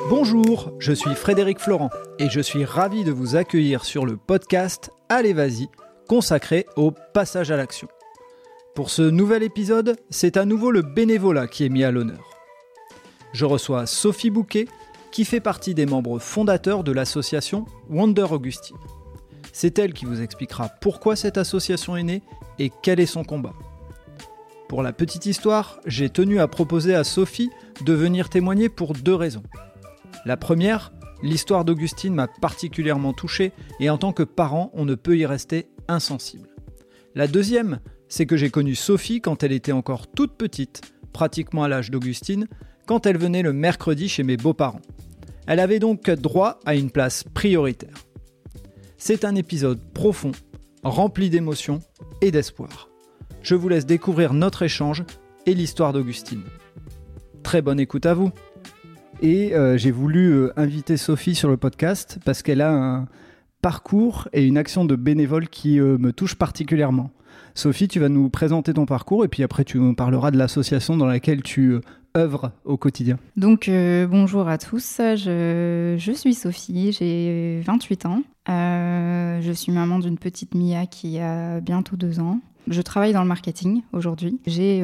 Bonjour, je suis Frédéric Florent et je suis ravi de vous accueillir sur le podcast Allez Vas-y, consacré au passage à l'action. Pour ce nouvel épisode, c'est à nouveau le bénévolat qui est mis à l'honneur. Je reçois Sophie Bouquet, qui fait partie des membres fondateurs de l'association Wonder Augustine. C'est elle qui vous expliquera pourquoi cette association est née et quel est son combat. Pour la petite histoire, j'ai tenu à proposer à Sophie de venir témoigner pour 2 raisons. La première, l'histoire d'Augustine m'a particulièrement touché et en tant que parent, on ne peut y rester insensible. La deuxième, c'est que j'ai connu Sophie quand elle était encore toute petite, pratiquement à l'âge d'Augustine, quand elle venait le mercredi chez mes beaux-parents. Elle avait donc droit à une place prioritaire. C'est un épisode profond, rempli d'émotions et d'espoir. Je vous laisse découvrir notre échange et l'histoire d'Augustine. Très bonne écoute à vous. Et j'ai voulu inviter Sophie sur le podcast parce qu'elle a un parcours et une action de bénévole qui me touche particulièrement. Sophie, tu vas nous présenter ton parcours et puis après tu nous parleras de l'association dans laquelle tu œuvres au quotidien. Donc bonjour à tous, je suis Sophie, j'ai 28 ans. Je suis maman d'une petite Mia qui a bientôt 2 ans. Je travaille dans le marketing aujourd'hui. J'ai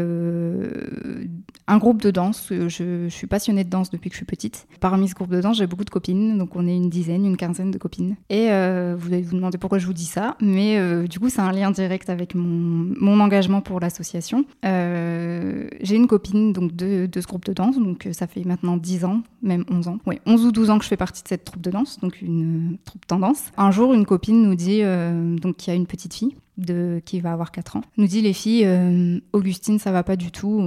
un groupe de danse. Je suis passionnée de danse depuis que je suis petite. Parmi ce groupe de danse, j'ai beaucoup de copines. Donc on est une quinzaine de copines. Et vous allez vous demander pourquoi je vous dis ça. Mais du coup, c'est un lien direct avec mon engagement pour l'association. J'ai une copine donc, de ce groupe de danse. Donc ça fait maintenant 10 ans, même 11 ans. Ouais, 11 ou 12 ans que je fais partie de cette troupe de danse. Donc une troupe tendance. Un jour, une copine nous dit donc qu'il y a une petite fille qui va avoir 4 ans, nous dit les filles, Augustine, ça va pas du tout,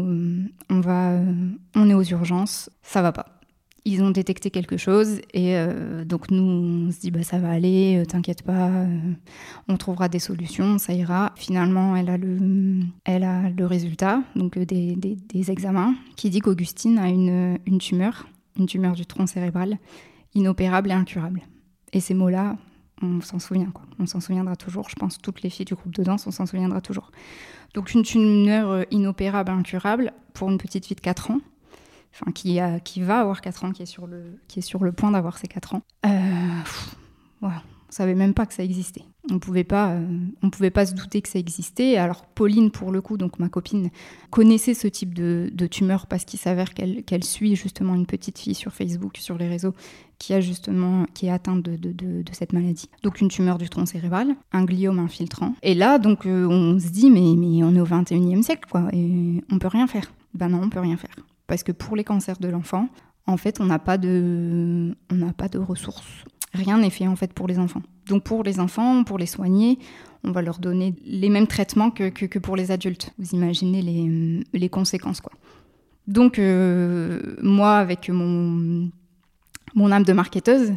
on est aux urgences, ça va pas. Ils ont détecté quelque chose et donc nous, on se dit ça va aller, t'inquiète pas, on trouvera des solutions, ça ira. Finalement, elle a le résultat donc des examens qui dit qu'Augustine a une tumeur du tronc cérébral, inopérable et incurable. Et ces mots-là, on s'en souvient, quoi. On s'en souviendra toujours. Je pense toutes les filles du groupe de danse, on s'en souviendra toujours. Donc une tumeur inopérable, incurable, pour une petite fille de 4 ans, enfin qui va avoir 4 ans, qui est sur le point d'avoir ses 4 ans. Voilà. On savait même pas que ça existait. On pouvait pas se douter que ça existait. Alors Pauline, pour le coup, donc ma copine, connaissait ce type de tumeur parce qu'il s'avère qu'elle suit justement une petite fille sur Facebook, sur les réseaux, qui est atteinte de cette maladie. Donc une tumeur du tronc cérébral, un gliome infiltrant. Et là, donc on se dit, mais on est au 21e siècle, quoi, et on peut rien faire. Ben non, on peut rien faire. Parce que pour les cancers de l'enfant, en fait, on n'a pas de ressources. Rien n'est fait en fait pour les enfants. Donc pour les enfants, pour les soigner, on va leur donner les mêmes traitements que pour les adultes. Vous imaginez les conséquences, quoi. Donc moi, avec mon âme de marketeuse,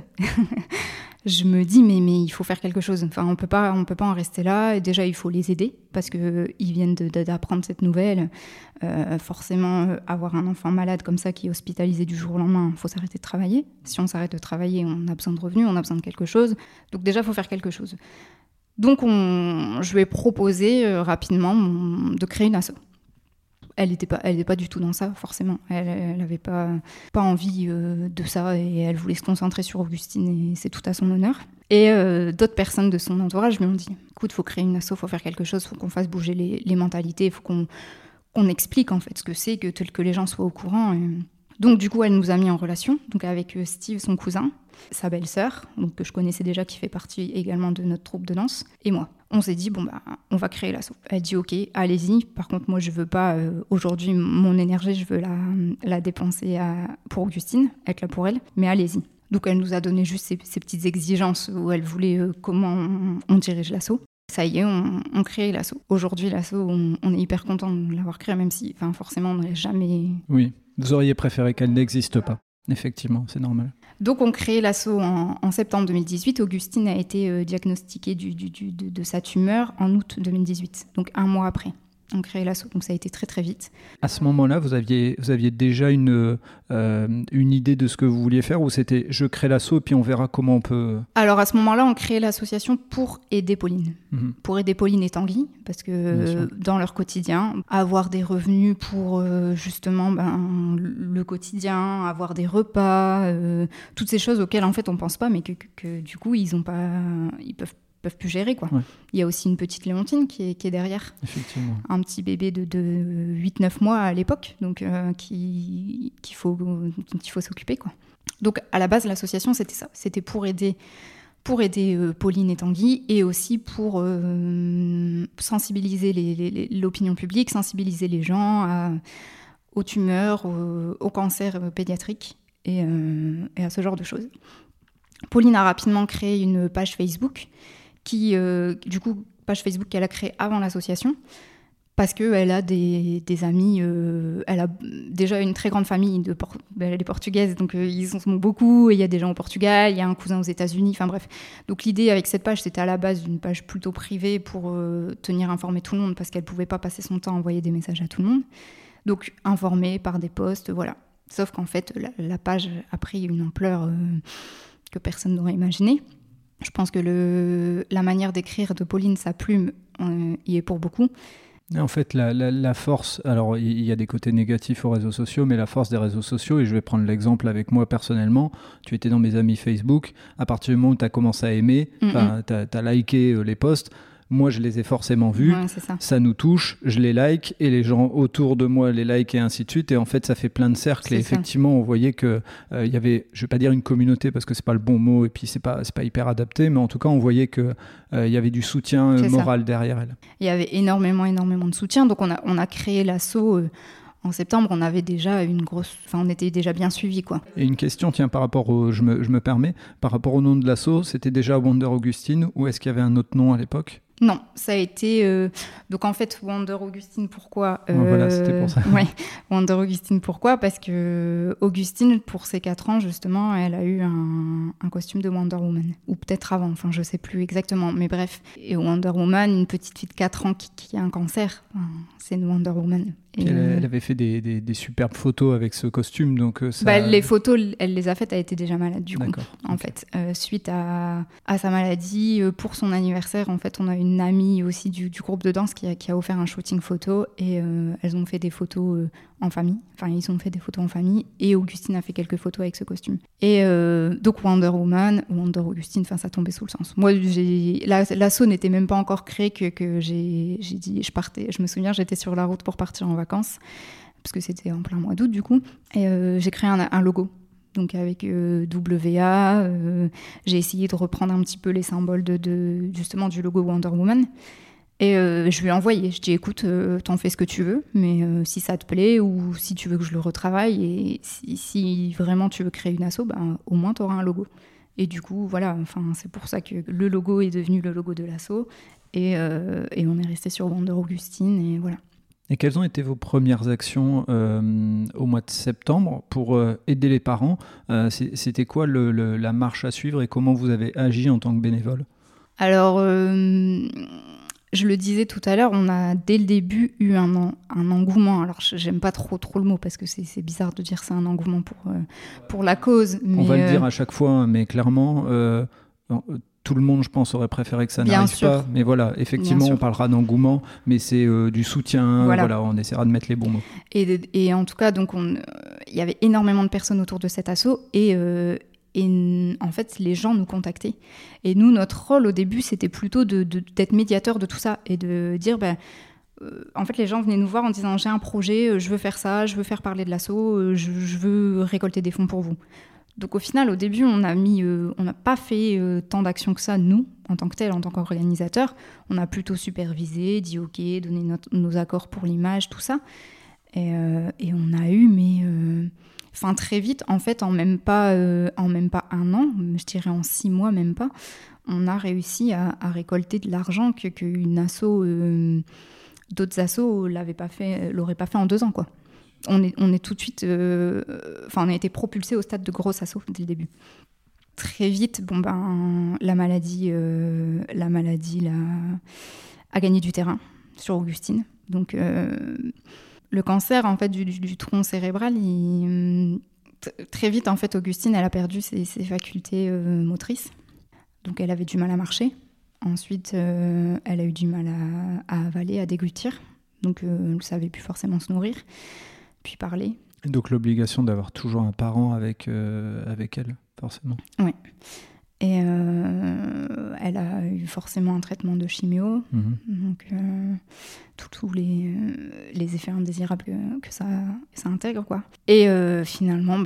je me dis mais il faut faire quelque chose. Enfin, on peut pas en rester là. Et déjà, il faut les aider parce que ils viennent d'apprendre cette nouvelle. Forcément, avoir un enfant malade comme ça qui est hospitalisé du jour au lendemain, il faut s'arrêter de travailler. Si on s'arrête de travailler, on a besoin de revenus, on a besoin de quelque chose. Donc déjà, il faut faire quelque chose. Donc je lui ai proposé rapidement de créer une asso. Elle n'était pas du tout dans ça, forcément. Elle n'avait pas envie de ça et elle voulait se concentrer sur Augustine et c'est tout à son honneur. Et d'autres personnes de son entourage lui ont dit « Écoute, il faut créer une asso, il faut faire quelque chose, il faut qu'on fasse bouger les mentalités, il faut qu'on explique en fait ce que c'est, que les gens soient au courant. » Donc du coup, elle nous a mis en relation donc avec Steve, son cousin, sa belle-sœur, donc, que je connaissais déjà, qui fait partie également de notre troupe de danse, et moi. On s'est dit, on va créer l'asso. Elle dit, ok, allez-y. Par contre, moi, je veux pas, aujourd'hui, mon énergie, je veux la dépenser pour Augustine, être là pour elle, mais allez-y. Donc, elle nous a donné juste ces petites exigences où elle voulait comment on dirige l'asso. Ça y est, on crée l'asso. Aujourd'hui, l'asso, on est hyper content de l'avoir créé, même si, forcément, on n'aurait jamais... Oui, vous auriez préféré qu'elle n'existe pas. Effectivement, c'est normal. Donc, on crée l'asso en septembre 2018. Augustine a été diagnostiquée de sa tumeur en août 2018, donc 1 mois après. ont créé l'asso, donc ça a été très très vite. À ce moment-là, vous aviez déjà une idée de ce que vous vouliez faire, ou c'était je crée l'asso et puis on verra comment on peut... Alors à ce moment-là, on crée l'association pour aider Pauline. Pour aider Pauline et Tanguy, parce que dans leur quotidien, avoir des revenus pour justement le quotidien, avoir des repas, toutes ces choses auxquelles en fait on pense pas, mais que du coup ils peuvent plus gérer, quoi. Ouais. Il y a aussi une petite Léontine qui est derrière. Effectivement. Un petit bébé de 8-9 mois à l'époque, donc dont il faut s'occuper, quoi. Donc à la base, l'association, c'était ça. C'était pour aider Pauline et Tanguy, et aussi pour sensibiliser l'opinion publique, sensibiliser les gens aux tumeurs, au cancer pédiatrique et à ce genre de choses. Pauline a rapidement créé une page Facebook page Facebook qu'elle a créée avant l'association, parce qu'elle a des amis, elle a déjà une très grande famille, elle est portugaise, donc ils en sont beaucoup, et il y a des gens au Portugal, il y a un cousin aux États-Unis, enfin bref. Donc l'idée avec cette page, c'était à la base une page plutôt privée pour tenir informé tout le monde, parce qu'elle ne pouvait pas passer son temps à envoyer des messages à tout le monde. Donc informée par des posts, voilà. Sauf qu'en fait, la page a pris une ampleur que personne n'aurait imaginée. Je pense que la manière d'écrire de Pauline, sa plume, y est pour beaucoup. En fait, la force, alors il y a des côtés négatifs aux réseaux sociaux, mais la force des réseaux sociaux, et je vais prendre l'exemple avec moi personnellement, tu étais dans mes amis Facebook, à partir du moment où tu as commencé à aimer, tu as liké les posts, moi je les ai forcément vus, ouais, ça nous touche, je les like, et les gens autour de moi les like, et ainsi de suite, et en fait ça fait plein de cercles, et effectivement on voyait qu'il y avait, je vais pas dire une communauté parce que c'est pas le bon mot, et puis c'est pas hyper adapté, mais en tout cas on voyait qu'il y avait du soutien moral derrière elle. Il y avait énormément de soutien, donc on a créé l'asso en septembre, on avait déjà on était déjà bien suivis, quoi. Et une question, tiens, par rapport je me permets, par rapport au nom de l'asso, c'était déjà Wonder Augustine, ou est-ce qu'il y avait un autre nom à l'époque ? Non, ça a été... donc en fait, Wonder Augustine, pourquoi voilà, c'était pour ça. Ouais, Wonder Augustine, pourquoi ? Parce que Augustine, pour ses 4 ans, justement, elle a eu un costume de Wonder Woman. Ou peut-être avant, enfin, je sais plus exactement. Mais bref, et Wonder Woman, une petite fille de 4 ans qui a un cancer, c'est une Wonder Woman. Elle avait fait des superbes photos avec ce costume, donc ça... les photos, elle les a faites, elle était déjà malade, du coup, en fait. Suite à sa maladie, pour son anniversaire, en fait, on a une amie aussi du groupe de danse qui a offert un shooting photo, et elles ont fait des photos en famille. Enfin, ils ont fait des photos en famille, et Augustine a fait quelques photos avec ce costume. Et donc Wonder Woman, Wonder Augustine, enfin, ça tombait sous le sens. Moi, l'asso n'était même pas encore créé que j'ai dit, je partais. Je me souviens, j'étais sur la route pour partir en vacances, parce que c'était en plein mois d'août, du coup, et j'ai créé un logo. Donc avec WA, j'ai essayé de reprendre un petit peu les symboles justement du logo Wonder Woman. Et je lui ai envoyé. Je dis, écoute, t'en fais ce que tu veux, mais si ça te plaît, ou si tu veux que je le retravaille, et si vraiment tu veux créer une asso, au moins t'auras un logo. Et du coup, voilà, enfin, c'est pour ça que le logo est devenu le logo de l'asso, et on est resté sur Wonder Augustine, et voilà. Et quelles ont été vos premières actions au mois de septembre pour aider les parents ? C'était quoi la marche à suivre, et comment vous avez agi en tant que bénévole ? Alors, je le disais tout à l'heure, on a dès le début eu un engouement. Alors, j'aime pas trop le mot, parce que c'est bizarre de dire c'est un engouement pour la cause. Mais, on va le dire à chaque fois, mais clairement... tout le monde, je pense, aurait préféré que ça n'arrive pas. Mais voilà, effectivement, on parlera d'engouement, mais c'est du soutien. Voilà, on essaiera de mettre les bons mots. Et en tout cas, donc, il y avait énormément de personnes autour de cet asso, et en fait, les gens nous contactaient. Et nous, notre rôle au début, c'était plutôt d'être médiateur de tout ça, et de dire... en fait, les gens venaient nous voir en disant « J'ai un projet, je veux faire ça, je veux faire parler de l'asso, je veux récolter des fonds pour vous ». Donc au final, au début, on n'a pas fait tant d'actions que ça, nous, en tant que tel, en tant qu'organisateur. On a plutôt supervisé, dit OK, donné nos accords pour l'image, tout ça. Et on a eu, très vite, en fait, en même pas 1 an, je dirais en 6 mois, même pas, on a réussi à récolter de l'argent qu'une asso, d'autres assos l'auraient pas fait en 2 ans, quoi. On est tout de suite... on a été propulsé au stade de grosse asso dès le début. Très vite, la maladie a gagné du terrain sur Augustine. Donc, le cancer en fait, du tronc cérébral, très vite, en fait, Augustine, elle a perdu ses facultés motrices. Donc, elle avait du mal à marcher. Ensuite, elle a eu du mal à avaler, à déglutir. Donc, elle ne savait plus forcément se nourrir, puis parler. Et donc, l'obligation d'avoir toujours un parent avec elle, forcément. Oui. Et elle a eu forcément un traitement de chimio. Donc, tous les effets indésirables que ça intègre, quoi. Et finalement,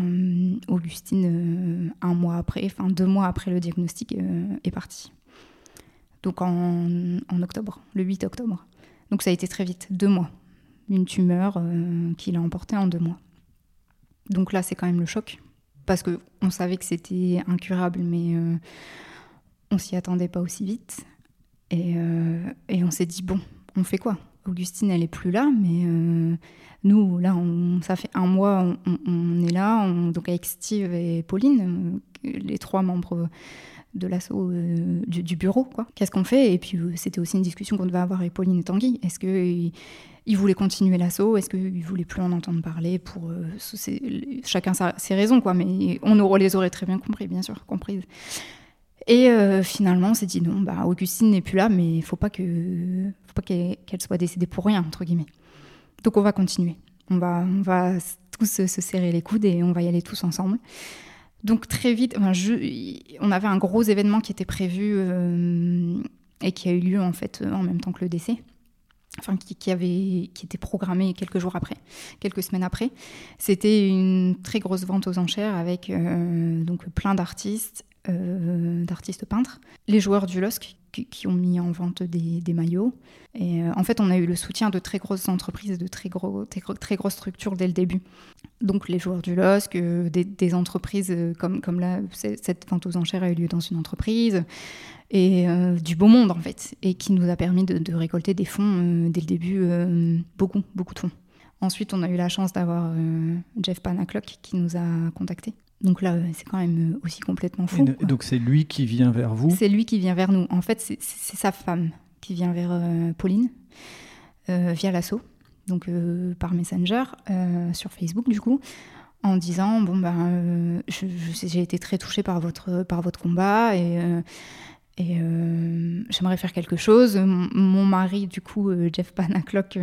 Augustine, 2 mois après le diagnostic, est partie. Donc en octobre, le 8 octobre. Donc ça a été très vite, 2 mois. Une tumeur qui l'a emportée en 2 mois. Donc là, c'est quand même le choc. Parce qu'on savait que c'était incurable, mais on s'y attendait pas aussi vite. Et on s'est dit, bon, on fait quoi ? Augustine, elle est plus là, mais nous, là, ça fait 1 mois, on est là, donc avec Steve et Pauline, les 3 membres de l'asso du bureau, quoi. Qu'est-ce qu'on fait ? Et puis, c'était aussi une discussion qu'on devait avoir avec Pauline et Tanguy. Est-ce qu'ils voulaient continuer l'asso ? Est-ce qu'ils voulaient plus en entendre parler pour chacun ses raisons, quoi. Mais on les aurait très bien compris, bien sûr, comprises. Et finalement, on s'est dit non, Augustine n'est plus là, mais il faut pas qu'elle soit décédée pour rien, entre guillemets. Donc on va continuer. On va tous se serrer les coudes et on va y aller tous ensemble. Donc très vite, on avait un gros événement qui était prévu et qui a eu lieu en fait en même temps que le décès. Enfin, qui était programmé quelques semaines après. C'était une très grosse vente aux enchères avec donc plein d'artistes peintres, les joueurs du LOSC qui ont mis en vente des maillots. Et en fait, on a eu le soutien de très grosses entreprises, de très grosses structures dès le début. Donc les joueurs du LOSC, des entreprises comme là, cette vente aux enchères a eu lieu dans une entreprise, et du beau monde en fait, et qui nous a permis de récolter des fonds dès le début, beaucoup de fonds. Ensuite, on a eu la chance d'avoir Jeff Panaclock qui nous a contactés. Donc là, c'est quand même aussi complètement fou. Donc c'est lui qui vient vers vous ? C'est lui qui vient vers nous. En fait, c'est sa femme qui vient vers Pauline via l'asso, donc par Messenger, sur Facebook du coup, en disant j'ai été très touchée par votre combat et j'aimerais faire quelque chose. Mon mari, du coup, Jeff Panaclock,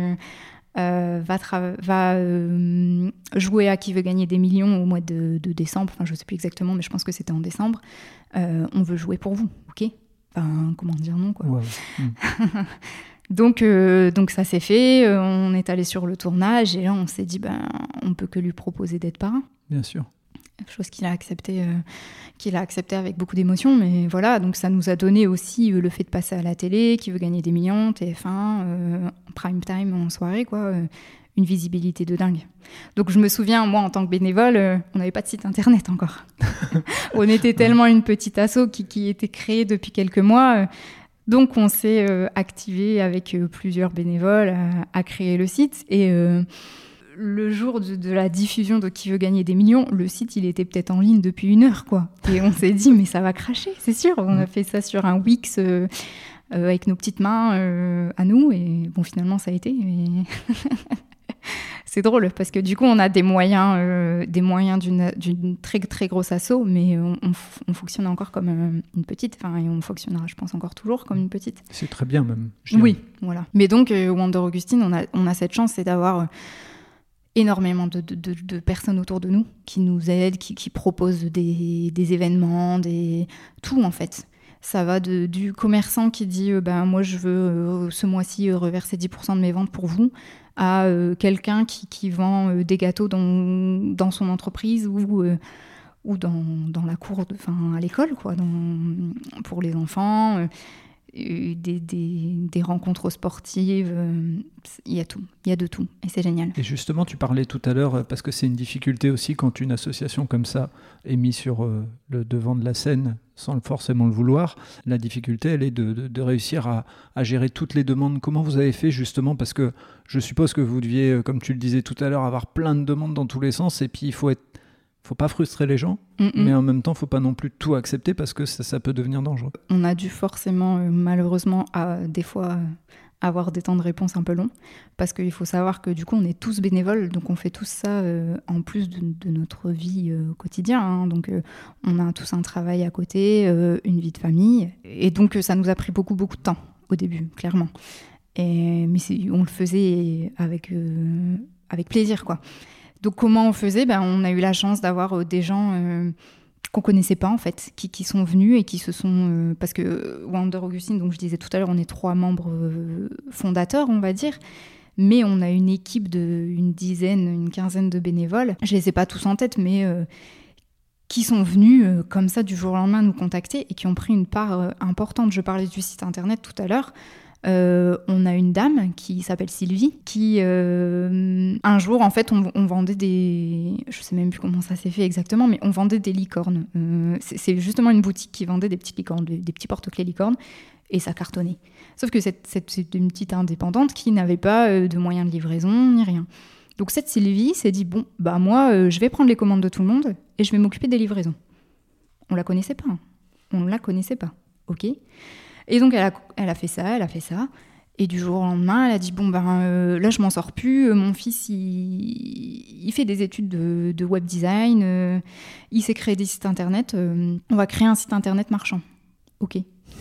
va jouer à Qui veut gagner des millions au mois de décembre. Enfin, je ne sais plus exactement, mais je pense que c'était en décembre. On veut jouer pour vous, ok ? Enfin, comment dire non, quoi. Wow. Donc ça s'est fait. On est allé sur le tournage et là, on s'est dit, on peut que lui proposer d'être parrain. Bien sûr. Chose qu'il a accepté avec beaucoup d'émotion, mais voilà, donc ça nous a donné aussi le fait de passer à la télé, Qui veut gagner des millions, TF1, prime time en soirée, quoi, une visibilité de dingue. Donc je me souviens, moi en tant que bénévole, on n'avait pas de site internet encore. On était tellement une petite asso qui était créée depuis quelques mois, donc on s'est activé avec plusieurs bénévoles à créer le site et le jour de la diffusion de Qui veut gagner des millions, le site, il était peut-être en ligne depuis 1 heure, quoi. Et on s'est dit, mais ça va cracher, c'est sûr. On a fait ça sur un Wix avec nos petites mains à nous. Et bon, finalement, ça a été. Mais c'est drôle, parce que du coup, on a des moyens d'une très, très grosse asso, mais on fonctionne encore comme une petite. Enfin, et on fonctionnera, je pense, encore toujours comme une petite. C'est très bien, même. Oui, voilà. Mais donc, Wonder Augustine, on a cette chance, c'est d'avoir énormément de personnes autour de nous qui nous aident, qui proposent des événements, tout en fait. Ça va du commerçant qui dit moi je veux ce mois-ci reverser 10% de mes ventes pour vous, à quelqu'un qui vend des gâteaux dans son entreprise ou dans la cour, à l'école, quoi, pour les enfants. Des rencontres sportives, il y a tout, il y a de tout, et c'est génial. Et justement, tu parlais tout à l'heure, parce que c'est une difficulté aussi quand une association comme ça est mise sur le devant de la scène sans forcément le vouloir, la difficulté, elle est de réussir à gérer toutes les demandes. Comment vous avez fait justement ? Parce que je suppose que vous deviez, comme tu le disais tout à l'heure, avoir plein de demandes dans tous les sens, et puis il faut pas frustrer les gens, mais en même temps, il ne faut pas non plus tout accepter parce que ça peut devenir dangereux. On a dû forcément, malheureusement, des fois avoir des temps de réponse un peu longs, parce qu'il faut savoir que du coup on est tous bénévoles, donc on fait tous ça en plus de notre vie quotidienne, hein. Donc on a tous un travail à côté, une vie de famille, et donc ça nous a pris beaucoup de temps au début, clairement. Mais on le faisait avec plaisir, quoi. Donc comment on faisait ? On a eu la chance d'avoir des gens qu'on connaissait pas en fait, qui sont venus et qui se sont... parce que Wonder Augustine, donc je disais tout à l'heure, on est 3 membres fondateurs, on va dire, mais on a une équipe d'une dizaine, une quinzaine de bénévoles. Je les ai pas tous en tête, mais qui sont venus comme ça du jour au lendemain nous contacter et qui ont pris une part importante. Je parlais du site internet tout à l'heure. On a une dame qui s'appelle Sylvie qui un jour en fait on vendait je sais même plus comment ça s'est fait exactement, mais on vendait des licornes. C'est justement une boutique qui vendait des petites licornes, des petits porte-clés licornes, et ça cartonnait. Sauf que c'est une petite indépendante qui n'avait pas de moyens de livraison ni rien. Donc cette Sylvie s'est dit moi je vais prendre les commandes de tout le monde et je vais m'occuper des livraisons. On la connaissait pas, ok. Et donc, elle a fait ça. Et du jour au lendemain, elle a dit, là, je m'en sors plus. Mon fils, il fait des études de web design. Il sait créer des sites internet. On va créer un site internet marchand. Ok.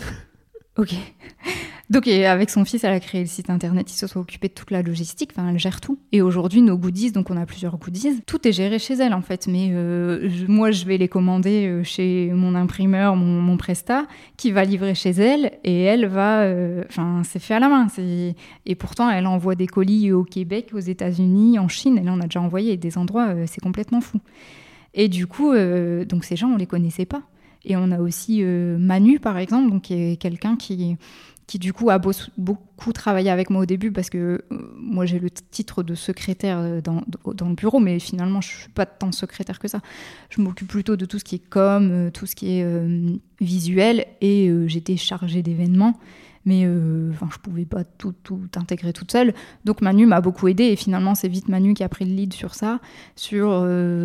Donc, avec son fils, elle a créé le site internet. Ils se sont occupés de toute la logistique. Enfin, elle gère tout. Et aujourd'hui, nos goodies, donc on a plusieurs goodies, tout est géré chez elle, en fait. Mais moi, je vais les commander chez mon imprimeur, mon Presta, qui va livrer chez elle. Et elle va... c'est fait à la main. Et pourtant, elle envoie des colis au Québec, aux États-Unis, en Chine. Et là, on a déjà envoyé des endroits, c'est complètement fou. Et du coup, donc ces gens, on les connaissait pas. Et on a aussi Manu, par exemple, donc, qui est quelqu'un qui du coup a beaucoup travaillé avec moi au début, parce que moi j'ai le titre de secrétaire dans le bureau, mais finalement je suis pas tant secrétaire que ça. Je m'occupe plutôt de tout ce qui est com, tout ce qui est visuel, et j'étais chargée d'événements, mais je pouvais pas tout intégrer toute seule. Donc Manu m'a beaucoup aidée, et finalement c'est vite Manu qui a pris le lead sur ça, sur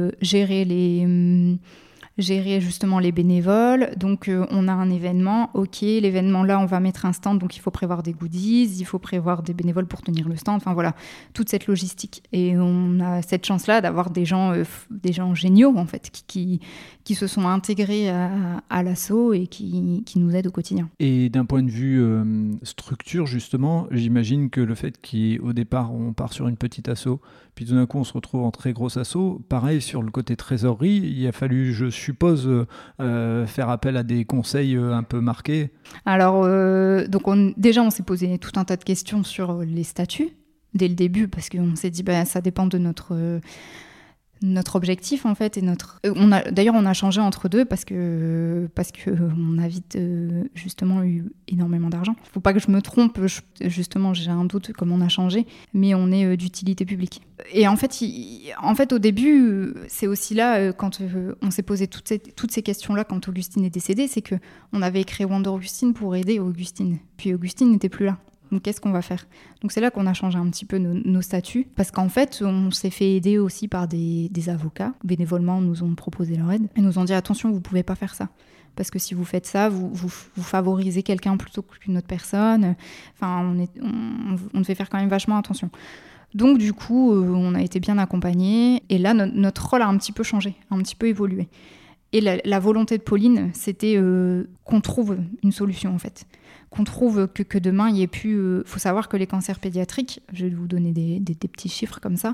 gérer justement les bénévoles. Donc on a un événement, ok, l'événement là on va mettre un stand, donc il faut prévoir des goodies, il faut prévoir des bénévoles pour tenir le stand, enfin voilà, toute cette logistique. Et on a cette chance là d'avoir des gens géniaux en fait, qui se sont intégrés à l'asso et qui nous aident au quotidien. Et d'un point de vue structure justement, j'imagine que le fait qu'au départ on part sur une petite asso, puis tout d'un coup on se retrouve en très grosse asso, pareil sur le côté trésorerie, il a fallu, je suppose, faire appel à des conseils un peu marqués. Alors donc on s'est posé tout un tas de questions sur les statuts dès le début, parce qu'on s'est dit ça dépend de notre objectif en fait, et on a changé entre deux parce que on a vite justement eu énormément d'argent. Faut pas que je me trompe, justement j'ai un doute comme on a changé, mais on est d'utilité publique. Et en fait au début c'est aussi là quand on s'est posé toutes ces questions là quand Augustine est décédée, c'est que on avait créé Wonder Augustine pour aider Augustine, puis Augustine n'était plus là. Donc, qu'est-ce qu'on va faire ? Donc, c'est là qu'on a changé un petit peu nos statuts. Parce qu'en fait, on s'est fait aider aussi par des avocats. Bénévolement, nous ont proposé leur aide. Et nous ont dit, attention, vous ne pouvez pas faire ça. Parce que si vous faites ça, vous favorisez quelqu'un plutôt qu'une autre personne. Enfin, on devait faire quand même vachement attention. Donc, du coup, on a été bien accompagnés. Et là, notre rôle a un petit peu changé, un petit peu évolué. Et la volonté de Pauline, c'était qu'on trouve une solution, en fait. Qu'on trouve que demain, il y ait plus... faut savoir que les cancers pédiatriques, je vais vous donner des petits chiffres comme ça,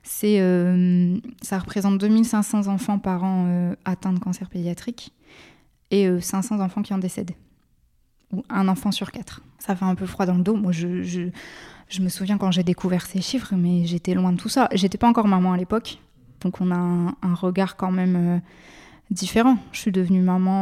ça représente 2500 enfants par an atteints de cancer pédiatrique et 500 enfants qui en décèdent. Ou un enfant sur 4. Ça fait un peu froid dans le dos. Moi, je me souviens quand j'ai découvert ces chiffres, mais j'étais loin de tout ça. J'étais pas encore maman à l'époque, donc on a un regard quand même différent. Je suis devenue maman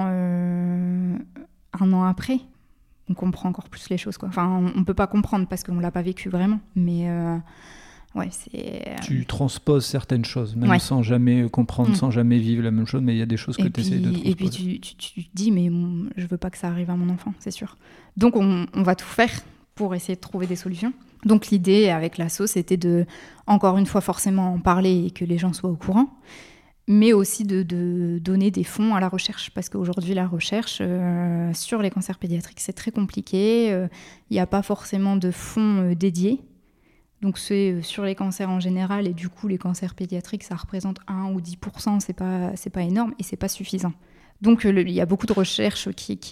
1 an après. On comprend encore plus les choses, quoi. Enfin, on peut pas comprendre parce qu'on l'a pas vécu vraiment, mais ouais, c'est... Tu transposes certaines choses, même sans jamais comprendre, sans jamais vivre la même chose, mais il y a des choses que tu essaies de transposer. Et puis tu te dis, mais je veux pas que ça arrive à mon enfant, c'est sûr. Donc on va tout faire pour essayer de trouver des solutions. Donc l'idée avec l'asso, c'était de, encore une fois, forcément en parler et que les gens soient au courant. mais aussi de donner des fonds à la recherche, parce qu'aujourd'hui, la recherche sur les cancers pédiatriques, c'est très compliqué. Il n'y a pas forcément de fonds dédiés. Donc c'est sur les cancers en général, et du coup, les cancers pédiatriques, ça représente 1 ou 10%, c'est pas énorme, et c'est pas suffisant. Donc il y a beaucoup de recherches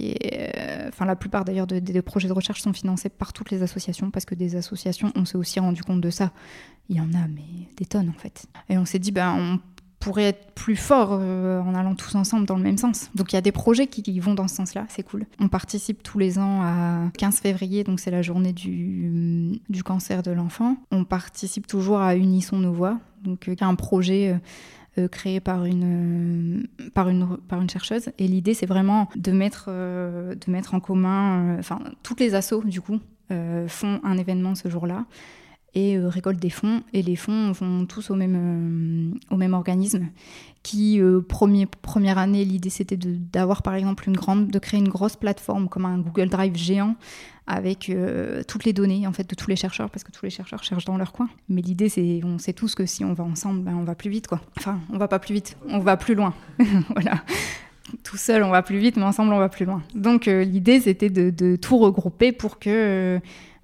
la plupart d'ailleurs des projets de recherche sont financés par toutes les associations, parce que des associations, on s'est aussi rendu compte de ça. Il y en a, mais des tonnes en fait. Et on s'est dit, on pourrait être plus fort en allant tous ensemble dans le même sens. Donc il y a des projets qui vont dans ce sens-là, c'est cool. On participe tous les ans à 15 février, donc c'est la journée du cancer de l'enfant. On participe toujours à Unissons nos voix, donc un projet créé par une chercheuse. Et l'idée, c'est vraiment de mettre en commun... toutes les assos, du coup, font un événement ce jour-là et récoltent des fonds. Et les fonds vont tous au même organisme qui, première année, l'idée, c'était d'avoir, par exemple, de créer une grosse plateforme comme un Google Drive géant avec toutes les données en fait, de tous les chercheurs, parce que tous les chercheurs cherchent dans leur coin. Mais l'idée, on sait tous que si on va ensemble, on va plus vite, quoi. Enfin, on va pas plus vite, on va plus loin. Voilà. Tout seul, on va plus vite, mais ensemble, on va plus loin. Donc, l'idée, c'était de tout regrouper pour que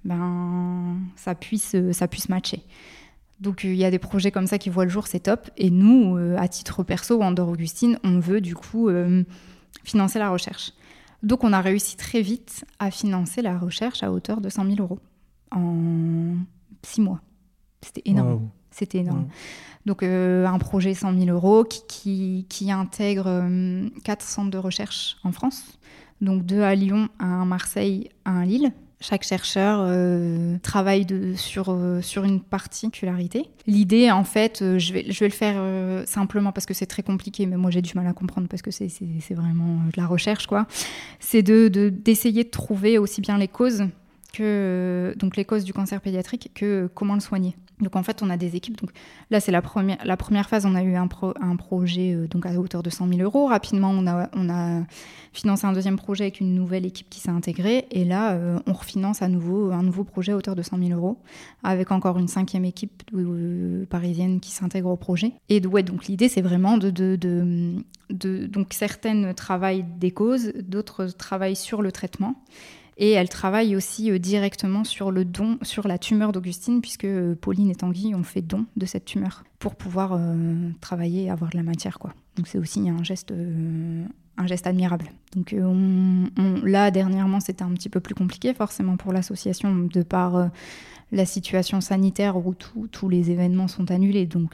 ça puisse matcher. Donc, il y a des projets comme ça qui voient le jour, c'est top. Et nous, à titre perso, Wonder Augustine, on veut du coup financer la recherche. Donc, on a réussi très vite à financer la recherche à hauteur de 100 000 € en 6 mois. C'était énorme. Wow. C'était énorme. Wow. Donc, un projet 100 000 € qui intègre 4 centres de recherche en France. Donc, 2 à Lyon, 1 à Marseille, 1 à Lille. Chaque chercheur travaille sur une particularité. L'idée, en fait, je vais le faire simplement parce que c'est très compliqué, mais moi j'ai du mal à comprendre parce que c'est vraiment de la recherche, quoi. C'est d'essayer de trouver aussi bien les causes donc les causes du cancer pédiatrique que comment le soigner. Donc en fait, on a des équipes. Donc là, c'est la première phase. On a eu un projet donc à hauteur de 100 000 €. Rapidement, on a financé un deuxième projet avec une nouvelle équipe qui s'est intégrée. Et là, on refinance à nouveau un nouveau projet à hauteur de 100 000 € avec encore une 5e équipe parisienne qui s'intègre au projet. Et donc l'idée, c'est vraiment donc certaines travaillent des causes, d'autres travaillent sur le traitement. Et elle travaille aussi directement sur le don, sur la tumeur d'Augustine, puisque Pauline et Tanguy ont fait don de cette tumeur pour pouvoir travailler et avoir de la matière, quoi. Donc c'est aussi un geste admirable. Donc là, dernièrement, c'était un petit peu plus compliqué, forcément pour l'association, de par la situation sanitaire où tous les événements sont annulés. Donc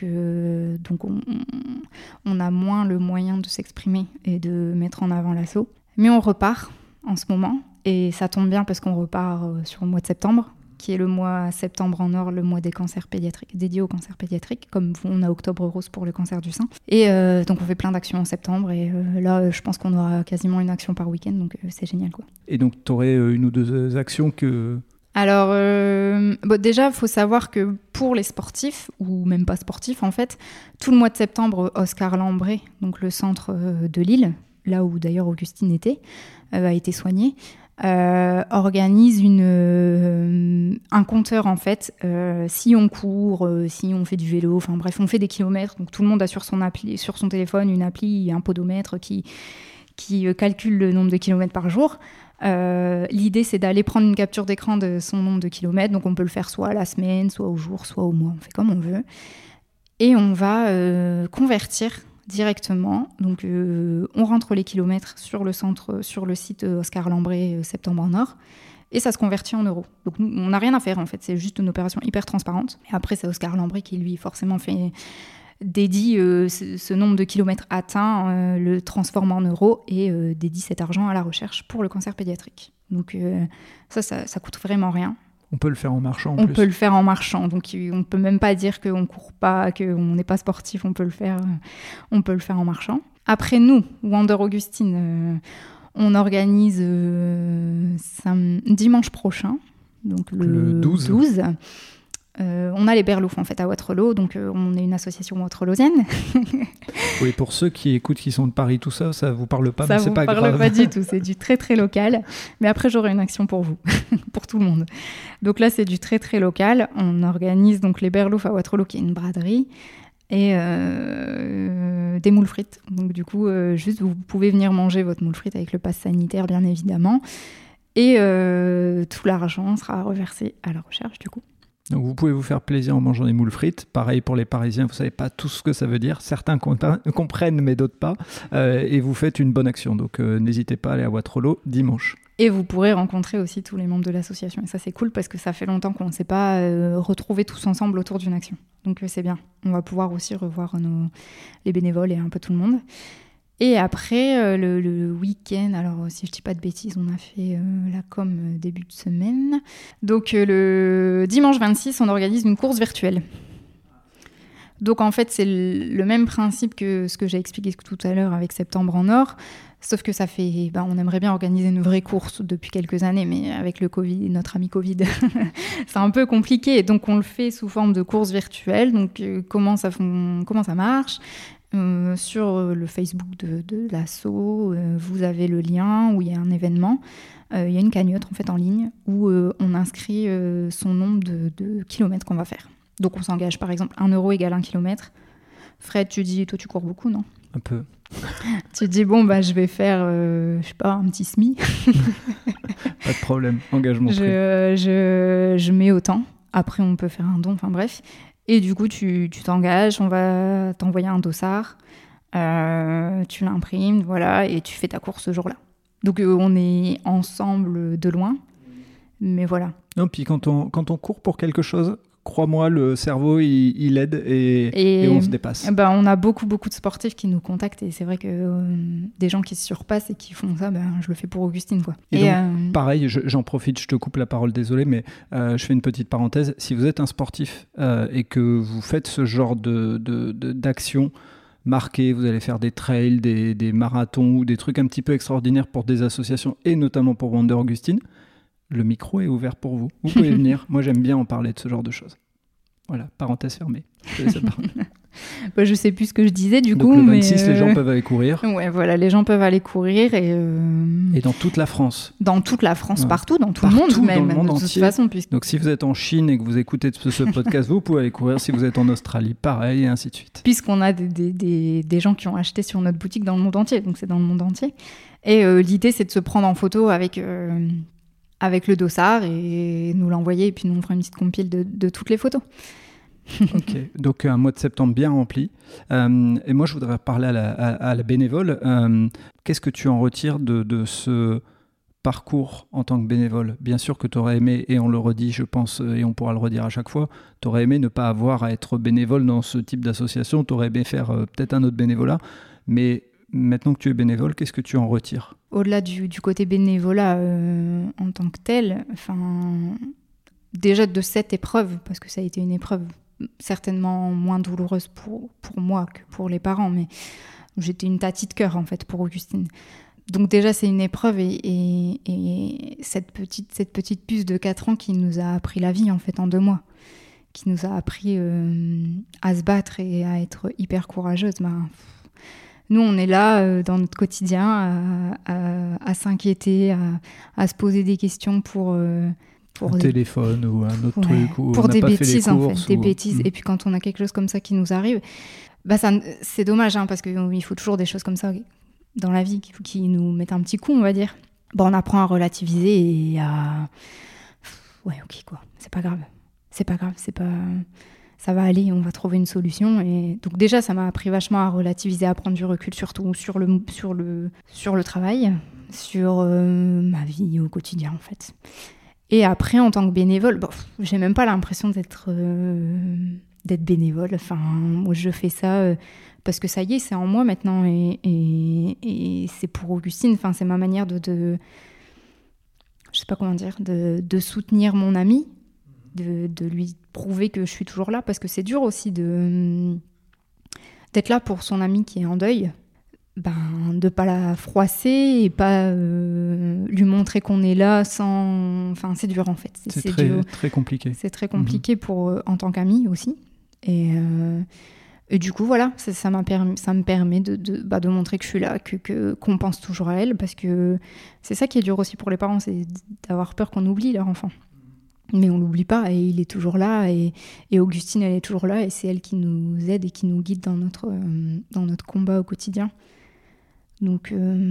on a moins le moyen de s'exprimer et de mettre en avant l'asso. Mais on repart en ce moment. Et ça tombe bien parce qu'on repart sur le mois de septembre, qui est le mois septembre en or, le mois des cancers pédiatriques, dédié aux cancers pédiatriques, comme on a Octobre Rose pour le cancer du sein. Et donc on fait plein d'actions en septembre, et là je pense qu'on aura quasiment une action par week-end, donc c'est génial, quoi. Et donc tu aurais une ou deux actions que... Alors déjà, il faut savoir que pour les sportifs, ou même pas sportifs en fait, tout le mois de septembre, Oscar Lambré, donc le centre de Lille, là où d'ailleurs Augustine était, a été soignée, organise un compteur en fait. Si on court, si on fait du vélo, enfin bref, on fait des kilomètres. Donc tout le monde a sur son téléphone une appli, un podomètre qui calcule le nombre de kilomètres par jour. L'idée, c'est d'aller prendre une capture d'écran de son nombre de kilomètres. Donc on peut le faire soit à la semaine, soit au jour, soit au mois. On fait comme on veut. Et on va convertir directement. Donc, on rentre les kilomètres sur le site Oscar Lambré, Septembre en Or, et ça se convertit en euros. Donc, nous, on n'a rien à faire, en fait. C'est juste une opération hyper transparente. Et après, c'est Oscar Lambré qui, lui, forcément, dédie ce nombre de kilomètres atteints, le transforme en euros et dédie cet argent à la recherche pour le cancer pédiatrique. Donc, ça coûte vraiment rien. On peut le faire en marchant On peut le faire en marchant, donc on ne peut même pas dire qu'on ne court pas, qu'on n'est pas sportif, on peut le faire en marchant. Après nous, Wonder Augustine, on organise dimanche prochain, donc le 12. On a les Berlouf en fait à Waterloo, donc on est une association waterloosienne. Oui, pour ceux qui écoutent, qui sont de Paris, tout ça, ça vous parle pas, ça mais c'est pas grave. Ça vous parle pas du tout, c'est du très très local. Mais après j'aurai une action pour vous, pour tout le monde. Donc là c'est du très très local. On organise donc les Berlouf à Waterloo, qui est une braderie. Et des moules frites. Donc du coup, juste vous pouvez venir manger votre moule frite avec le pass sanitaire, bien évidemment. Et tout l'argent sera reversé à la recherche, du coup. Donc vous pouvez vous faire plaisir en mangeant des moules frites. Pareil pour les Parisiens, vous savez pas tout ce que ça veut dire. Certains comprennent, mais d'autres pas. Et vous faites une bonne action. Donc n'hésitez pas à aller à Waterloo dimanche. Et vous pourrez rencontrer aussi tous les membres de l'association. Et ça, c'est cool parce que ça fait longtemps qu'on ne s'est pas retrouvés tous ensemble autour d'une action. Donc c'est bien. On va pouvoir aussi revoir les bénévoles et un peu tout le monde. Et après, le week-end, alors si je dis pas de bêtises, on a fait la com début de semaine. Donc le dimanche 26, on organise une course virtuelle. Donc en fait, c'est le même principe que ce que j'ai expliqué tout à l'heure avec Septembre en Or, sauf que ça fait, on aimerait bien organiser une vraie course depuis quelques années, mais avec le Covid, notre ami Covid, c'est un peu compliqué. Donc on le fait sous forme de course virtuelle. Donc comment ça marche ? Sur le Facebook de l'asso, vous avez le lien où il y a un événement. Il y a une cagnotte en fait en ligne où on inscrit son nombre de kilomètres qu'on va faire. Donc on s'engage par exemple 1 € égale 1 kilomètre. Fred, tu dis, toi tu cours beaucoup, non ? Un peu. Tu dis, je vais faire, je sais pas, un petit SMI. Pas de problème, engagement pris. Je mets autant. Après, on peut faire un don, enfin bref. Et du coup, tu t'engages, on va t'envoyer un dossard, tu l'imprimes, voilà, et tu fais ta course ce jour-là. Donc, on est ensemble de loin, mais voilà. Non, puis quand on court pour quelque chose, crois-moi, le cerveau, il aide et on se dépasse. On a beaucoup de sportifs qui nous contactent et c'est vrai que des gens qui se surpassent et qui font ça, je le fais pour Augustine, quoi. Et donc, pareil, j'en profite, je te coupe la parole, désolé, mais je fais une petite parenthèse. Si vous êtes un sportif et que vous faites ce genre d'action marquée, vous allez faire des trails, des marathons ou des trucs un petit peu extraordinaires pour des associations et notamment pour Wonder Augustine, le micro est ouvert pour vous. Vous pouvez venir. Moi, j'aime bien en parler de ce genre de choses. Voilà, parenthèse fermée. Je sais plus ce que je disais du coup. Donc le 26, les gens peuvent aller courir. Ouais, voilà, les gens peuvent aller courir et dans toute la France. Dans toute la France, ouais. Partout, dans tout le monde même. Dans le monde de entier. Toute façon, Donc si vous êtes en Chine et que vous écoutez ce podcast, vous pouvez aller courir. Si vous êtes en Australie, pareil, et ainsi de suite. Puisqu'on a des gens qui ont acheté sur notre boutique dans le monde entier, donc c'est dans le monde entier. Et l'idée, c'est de se prendre en photo avec le dossard et nous l'envoyer, et puis nous on fera une petite compile de toutes les photos. Ok, donc un mois de septembre bien rempli. Et moi je voudrais parler à la bénévole. Qu'est-ce que tu en retires de ce parcours en tant que bénévole ? Bien sûr que tu aurais aimé, et on le redit je pense, et on pourra le redire à chaque fois, tu aurais aimé ne pas avoir à être bénévole dans ce type d'association, tu aurais aimé faire peut-être un autre bénévolat, mais maintenant que tu es bénévole, qu'est-ce que tu en retires ? Au-delà du côté bénévolat en tant que tel, déjà de cette épreuve, parce que ça a été une épreuve certainement moins douloureuse pour moi que pour les parents, mais j'étais une tatie de cœur en fait pour Augustine. Donc déjà c'est une épreuve et cette petite puce de 4 ans qui nous a appris la vie en fait en 2 mois, qui nous a appris à se battre et à être hyper courageuse. Nous, on est là dans notre quotidien à s'inquiéter, à se poser des questions pour un téléphone ou un autre truc, ou pour on n'a des pas bêtises fait les courses, en fait, des bêtises. Et puis quand on a quelque chose comme ça qui nous arrive, c'est dommage parce qu'il faut toujours des choses comme ça dans la vie qui nous mettent un petit coup, on va dire. On apprend à relativiser et à ok quoi, c'est pas grave, ça va aller, on va trouver une solution. Et donc déjà, ça m'a appris vachement à relativiser, à prendre du recul, surtout sur le travail, sur ma vie au quotidien en fait. Et après, en tant que bénévole, j'ai même pas l'impression d'être bénévole. Moi, je fais ça parce que ça y est, c'est en moi maintenant et c'est pour Augustine. C'est ma manière de je sais pas comment dire, de soutenir mon ami, de lui prouver que je suis toujours là, parce que c'est dur aussi d'être là pour son ami qui est en deuil. De pas la froisser et pas lui montrer qu'on est là sans... c'est dur en fait. C'est très, dur. Très compliqué. C'est très compliqué en tant qu'ami aussi. Et du coup, voilà, ça me permet de montrer que je suis là, qu'on pense toujours à elle, parce que c'est ça qui est dur aussi pour les parents, c'est d'avoir peur qu'on oublie leur enfant. Mais on l'oublie pas et il est toujours là et Augustine elle est toujours là et c'est elle qui nous aide et qui nous guide dans notre combat au quotidien. Donc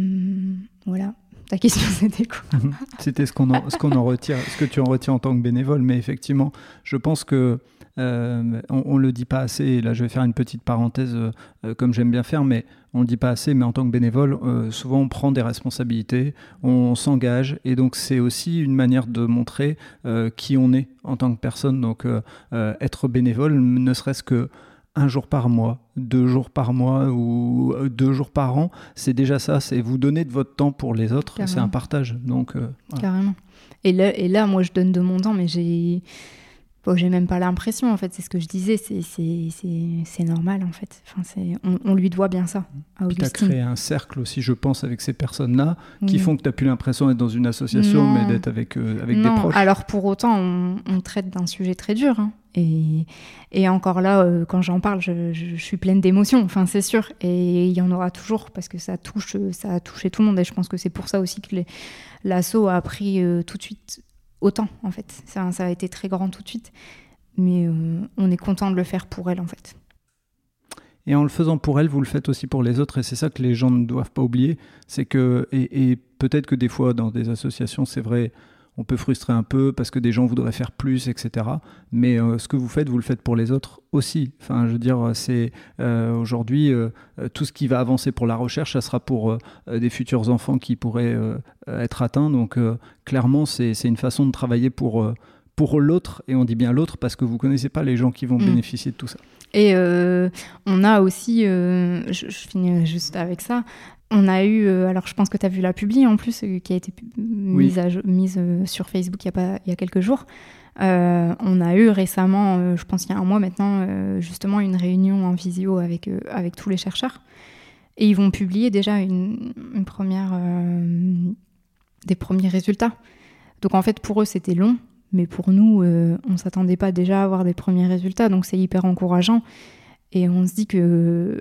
voilà, ta question c'était quoi? C'était ce qu'on en retire, ce que tu en retiens en tant que bénévole, mais effectivement, je pense que on le dit pas assez, et là je vais faire une petite parenthèse comme j'aime bien faire, mais on le dit pas assez, mais en tant que bénévole, souvent on prend des responsabilités, on s'engage, et donc c'est aussi une manière de montrer qui on est en tant que personne. Donc être bénévole, ne serait-ce que 1 jour par mois, 2 jours par mois ou 2 jours par an, c'est déjà ça, c'est vous donner de votre temps pour les autres. Carrément. C'est un partage. Donc, voilà. Carrément. Et là, moi je donne de mon temps, mais j'ai même pas l'impression, en fait, c'est ce que je disais, c'est normal, en fait. Enfin, on lui doit bien ça, à Augustine. Puis tu as créé un cercle aussi, je pense, avec ces personnes-là, qui font que tu n'as plus l'impression d'être dans une association, mais d'être avec des proches. Alors pour autant, on traite d'un sujet très dur, hein. Et encore là, quand j'en parle, je suis pleine d'émotions, enfin, c'est sûr. Et il y en aura toujours, parce que ça a touché tout le monde. Et je pense que c'est pour ça aussi que l'asso a pris tout de suite autant, en fait. Ça a été très grand tout de suite. Mais on est content de le faire pour elle, en fait. Et en le faisant pour elle, vous le faites aussi pour les autres. Et c'est ça que les gens ne doivent pas oublier. C'est que, et peut-être que des fois, dans des associations, c'est vrai, on peut frustrer un peu parce que des gens voudraient faire plus, etc. Mais ce que vous le faites pour les autres aussi. Enfin, je veux dire, c'est aujourd'hui, tout ce qui va avancer pour la recherche, ça sera pour des futurs enfants qui pourraient être atteints. Donc, clairement, c'est une façon de travailler pour l'autre. Et on dit bien l'autre parce que vous ne connaissez pas les gens qui vont bénéficier de tout ça. Et on a aussi, je finis juste avec ça, on a eu, alors je pense que tu as vu la publi en plus, qui a été mise sur Facebook il y a quelques jours. On a eu récemment, je pense il y a 1 mois maintenant, justement une réunion en visio avec tous les chercheurs. Et ils vont publier déjà une première, des premiers résultats. Donc en fait pour eux c'était long, mais pour nous on ne s'attendait pas déjà à avoir des premiers résultats, donc c'est hyper encourageant. Et on se dit que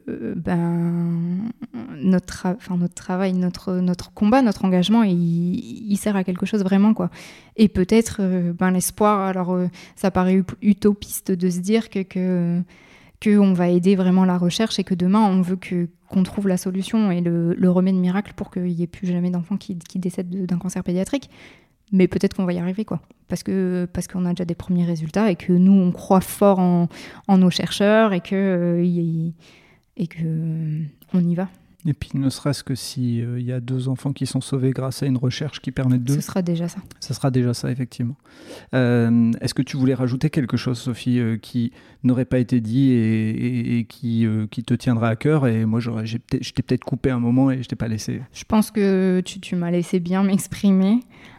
notre travail, notre combat, notre engagement, il sert à quelque chose vraiment, quoi. Et peut-être l'espoir, alors ça paraît utopiste de se dire qu'on va aider vraiment la recherche et que demain on veut qu'on trouve la solution et le remède miracle pour qu'il n'y ait plus jamais d'enfants qui décèdent d'un cancer pédiatrique. Mais peut-être qu'on va y arriver, quoi. Parce qu'on a déjà des premiers résultats et que nous, on croit fort en nos chercheurs et que on y va. Et puis, ne serait-ce que s'il y a 2 enfants qui sont sauvés grâce à une recherche qui permet de... Ce sera déjà ça. Ça sera déjà ça, effectivement. Est-ce que tu voulais rajouter quelque chose, Sophie, qui n'aurait pas été dit et qui te tiendra à cœur? Et moi, je t'ai peut-être coupé un moment et je t'ai pas laissé. Je pense que tu m'as laissé bien m'exprimer.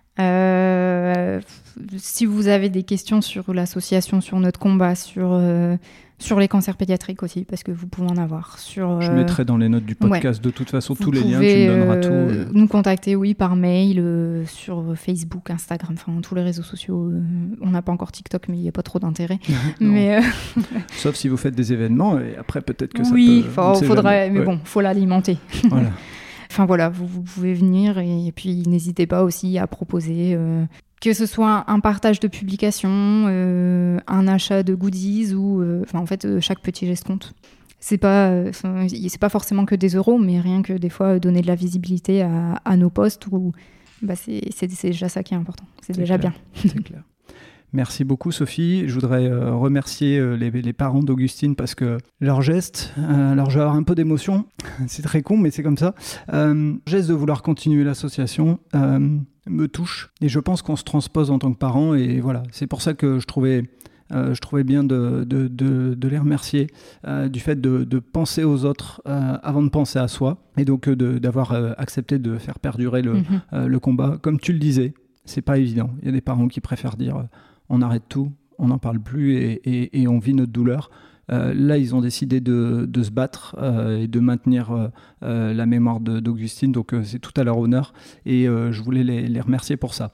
Si vous avez des questions sur l'association, sur notre combat, sur les cancers pédiatriques aussi, parce que vous pouvez en avoir. Je mettrai dans les notes du podcast de toute façon tous les liens, tu me donneras tout. Nous contacter, oui, par mail, sur Facebook, Instagram, enfin tous les réseaux sociaux. On n'a pas encore TikTok, mais il n'y a pas trop d'intérêt. Mais sauf si vous faites des événements, et après peut-être que ça peut... Oui, faudrait, mais bon, il faut l'alimenter. Voilà. Enfin voilà, vous pouvez venir et puis n'hésitez pas aussi à proposer que ce soit un partage de publications, un achat de goodies ou en fait chaque petit geste compte. C'est pas forcément que des euros, mais rien que des fois donner de la visibilité à nos posts ou c'est déjà ça qui est important. C'est déjà clair. Bien. C'est clair. Merci beaucoup Sophie. Je voudrais remercier les parents d'Augustine parce que leur geste, alors je vais avoir un peu d'émotion, c'est très con mais c'est comme ça, geste de vouloir continuer l'association me touche et je pense qu'on se transpose en tant que parents et voilà, c'est pour ça que je trouvais bien de les remercier du fait de penser aux autres avant de penser à soi et donc d'avoir accepté de faire perdurer le combat. Comme tu le disais, c'est pas évident. Il y a des parents qui préfèrent dire on arrête tout, on n'en parle plus et on vit notre douleur. Là, ils ont décidé de se battre et de maintenir la mémoire d'Augustine, donc c'est tout à leur honneur et je voulais les remercier pour ça.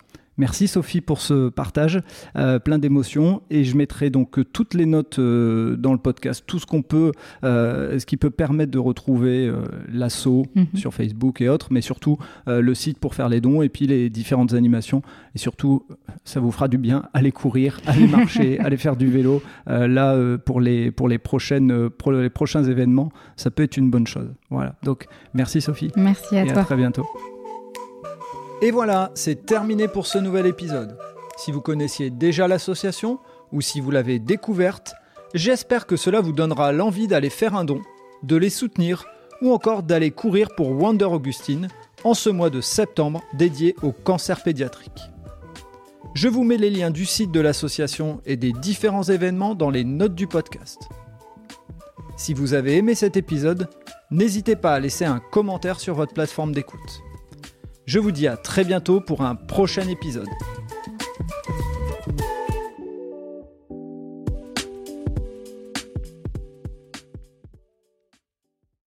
Merci Sophie pour ce partage, plein d'émotions. Et je mettrai donc toutes les notes dans le podcast, tout ce qu'on peut, ce qui peut permettre de retrouver l'asso sur Facebook et autres, mais surtout le site pour faire les dons et puis les différentes animations. Et surtout, ça vous fera du bien, allez courir, allez marcher, allez faire du vélo. Pour les prochains événements, ça peut être une bonne chose. Voilà. Donc, merci Sophie. Merci à toi. Et à très bientôt. Et voilà, c'est terminé pour ce nouvel épisode. Si vous connaissiez déjà l'association ou si vous l'avez découverte, j'espère que cela vous donnera l'envie d'aller faire un don, de les soutenir ou encore d'aller courir pour Wonder Augustine en ce mois de septembre dédié au cancer pédiatrique. Je vous mets les liens du site de l'association et des différents événements dans les notes du podcast. Si vous avez aimé cet épisode, n'hésitez pas à laisser un commentaire sur votre plateforme d'écoute. Je vous dis à très bientôt pour un prochain épisode.